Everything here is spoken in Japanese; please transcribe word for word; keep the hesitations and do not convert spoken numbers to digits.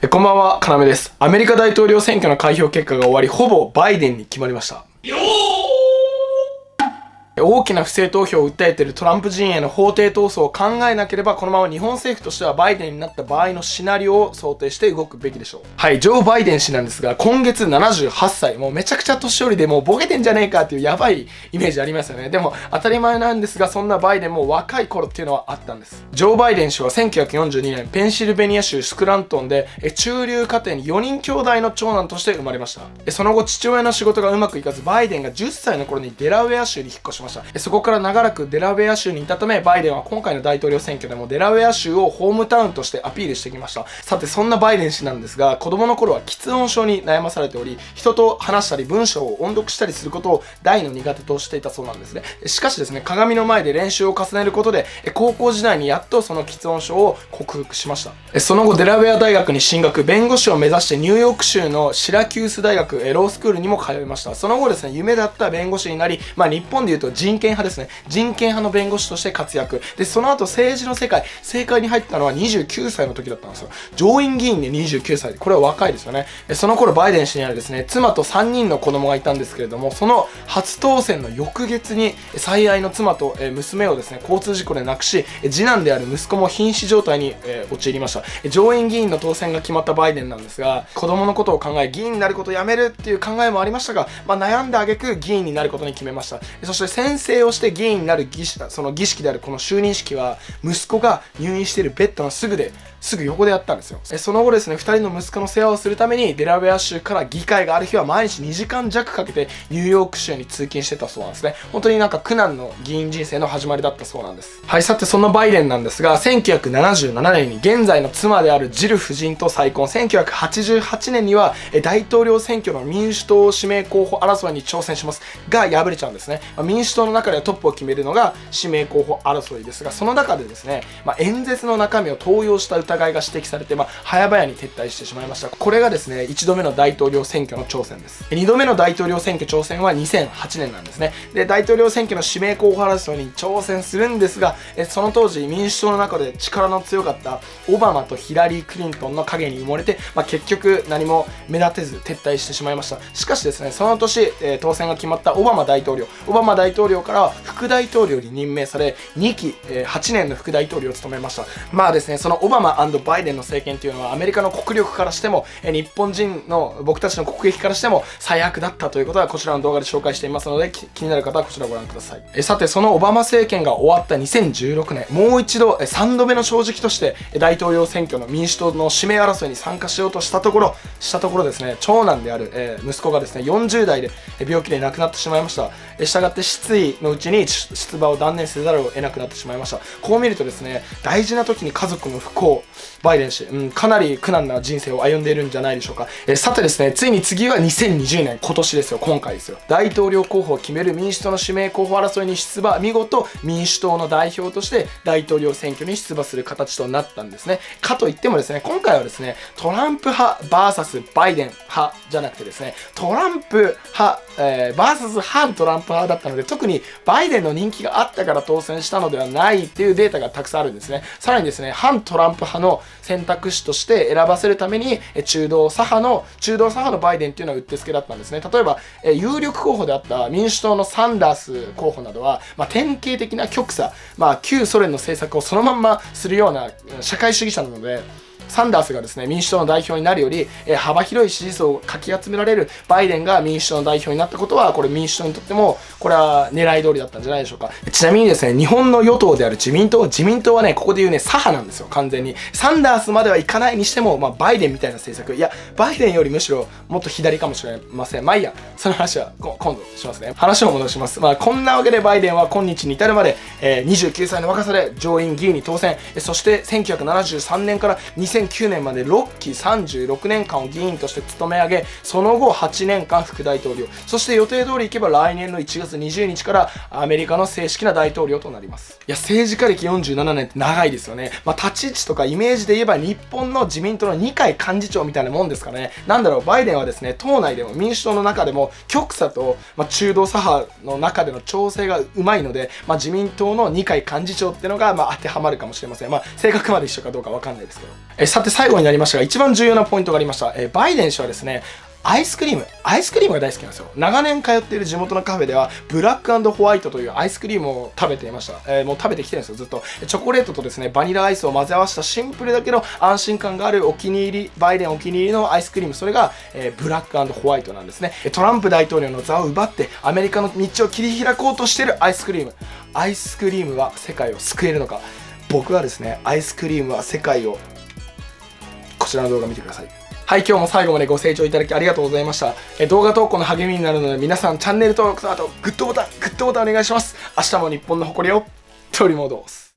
えこんばんは、かなめです。アメリカ大統領選挙の開票結果が終わり、ほぼバイデンに決まりました。大きな不正投票を訴えているトランプ陣営の法廷闘争を考えなければ、このまま日本政府としてはバイデンになった場合のシナリオを想定して動くべきでしょう。はい、ジョー・バイデン氏なんですが、今月ななじゅうはっさい、もうめちゃくちゃ年寄りでもうボケてんじゃねえかっていうやばいイメージありますよね。でも当たり前なんですが、そんなバイデンも若い頃っていうのはあったんです。ジョー・バイデン氏はせんきゅうひゃくよんじゅうにねん、ペンシルベニア州スクラントンで中流家庭によにん兄弟の長男として生まれました。その後、父親の仕事がうまくいかず、バイデンがじゅっさいの頃にデラウェア州に引っ越しました。そこから長らくデラウェア州にいたため、バイデンは今回の大統領選挙でもデラウェア州をホームタウンとしてアピールしてきました。さて、そんなバイデン氏なんですが、子供の頃は喫音症に悩まされており、人と話したり文章を音読したりすることを大の苦手としていたそうなんですね。しかしですね、鏡の前で練習を重ねることで、高校時代にやっとその喫音症を克服しました。その後、デラウェア大学に進学、弁護士を目指してニューヨーク州のシラキュース大学ロースクールにも通いました。その後ですね、夢だった弁護士になり、まあ日本でいうと人権派ですね。人権派の弁護士として活躍。で、その後政治の世界、政界に入ったのはにじゅうきゅうさいの時だったんですよ。上院議員でにじゅうきゅうさい。これは若いですよね。その頃バイデン氏にはですね、妻とさんにんの子供がいたんですけれども、その初当選の翌月に最愛の妻と娘をですね、交通事故で亡くし、次男である息子も瀕死状態に陥りました。上院議員の当選が決まったバイデンなんですが、子供のことを考え、議員になることをやめるっていう考えもありましたが、まあ、悩んだ挙句議員になることに決めました。そして宣誓をして議員になる儀式、その儀式であるこの就任式は、息子が入院しているベッドのすぐですぐ横でやったんですよ。その後ですね、ふたりの息子の世話をするためにデラウェア州から議会がある日は毎日にじかんじゃくかけてニューヨーク州に通勤してたそうなんですね。本当になんか苦難の議員人生の始まりだったそうなんです。はい、さてそのバイデンなんですが、せんきゅうひゃくななじゅうななねんに現在の妻であるジル夫人と再婚、せんきゅうひゃくはちじゅうはちねんには大統領選挙の民主党指名候補争いに挑戦しますが敗れちゃうんですね。民主党の中ではトップを決めるのが指名候補争いですが、その中でですね、まあ、演説の中身を盗用した疑いが指摘されて、まあ、早々に撤退してしまいました。これがですね、いちどめの大統領選挙の挑戦です。にどめの大統領選挙挑戦はにせんはちねんなんですね。で、大統領選挙の指名候補争いに挑戦するんですが、その当時民主党の中で力の強かったオバマとヒラリー・クリントンの影に埋もれて、まあ、結局何も目立てず撤退してしまいました。しかしですね、その年、えー、当選が決まったオバマ大統領、オバマ大統領からは副大統領に任命され、にき、えー、はちねんの副大統領を務めました。まあですね、そのオバマ&バイデンの政権というのはアメリカの国力からしても、えー、日本人の僕たちの国益からしても最悪だったということはこちらの動画で紹介していますので、気になる方はこちらをご覧ください。えー、さて、そのオバマ政権が終わったにせんじゅうろくねん、もう一度、えー、さんどめの正直として大統領選挙の民主党の指名争いに参加しようとしたところ、したところですね、長男である、えー、息子がですね、よんじゅうだいで病気で亡くなってしまいました。えー、したがって失意のうちに出馬を断念せざるを得なくなってしまいました。こう見るとですね、大事な時に家族の不幸、バイデン氏、うん、かなり苦難な人生を歩んでいるんじゃないでしょうか。えー、さてですね、ついに次はにせんにじゅうねん、今年ですよ、今回ですよ。大統領候補を決める民主党の指名候補争いに出馬、見事民主党の代表として大統領選挙に出馬する形となったんですね。かといってもですね、今回はですね、トランプ派 ブイエス バイデン派じゃなくてですね、トランプ派、えー、ブイエス 反トランプ派だったので、特にバイデンの人気があったから当選したのではないっていうデータがたくさんあるんですね。さらにですね、反トランプ派の選択肢として選ばせるために中道左派の中道左派のバイデンっていうのはうってつけだったんですね。例えば有力候補であった民主党のサンダース候補などは、まあ、典型的な極左、まあ、旧ソ連の政策をそのまんまするような社会主義者なので、サンダースがですね、民主党の代表になるより、えー、幅広い支持層をかき集められるバイデンが民主党の代表になったことは、これ民主党にとっても、これは狙い通りだったんじゃないでしょうか。ちなみにですね、日本の与党である自民党、自民党はね、ここで言うね、左派なんですよ、完全に。サンダースまではいかないにしても、まあ、バイデンみたいな政策。いや、バイデンよりむしろもっと左かもしれません。まあいいや、その話は今度しますね。話を戻します。まあ、こんなわけでバイデンは今日に至るまで、えー、にじゅうきゅうさいの若さで上院議員に当選。そしてせんきゅうひゃくななじゅうさんねんからにせんきゅうねんまでろっきさんじゅうろくねんかんを議員として務め上げ、その後はちねんかん副大統領、そして予定通りいけば来年のいちがつにじゅうにちからアメリカの正式な大統領となります。いや、政治家歴よんじゅうななねんって長いですよね。まあ、立ち位置とかイメージで言えば日本の自民党の二階幹事長みたいなもんですかね。なんだろう、バイデンはですね、党内でも民主党の中でも極左と、まあ、中道左派の中での調整がうまいので、まあ、自民党の二階幹事長ってのが、まあ、当てはまるかもしれません。まあ、性格まで一緒かどうかわかんないですけど。えさて最後になりましたが、一番重要なポイントがありました。えー、バイデン氏はですね、アイスクリーム。アイスクリームが大好きなんですよ。長年通っている地元のカフェでは、ブラック&ホワイトというアイスクリームを食べていました。えー、もう食べてきてるんですよ、ずっと。チョコレートとですね、バニラアイスを混ぜ合わせたシンプルだけど安心感があるお気に入り、バイデンお気に入りのアイスクリーム。それが、えー、ブラック&ホワイトなんですね。トランプ大統領の座を奪って、アメリカの道を切り開こうとしているアイスクリーム。アイスクリームは世界を救えるのか。僕はですね、アイスクリームは世界を、こちらの動画見てください。はい、今日も最後までご清聴いただきありがとうございました。え動画投稿の励みになるので、皆さんチャンネル登録とあとグッドボタン、グッドボタンお願いします。明日も日本の誇りを取り戻す。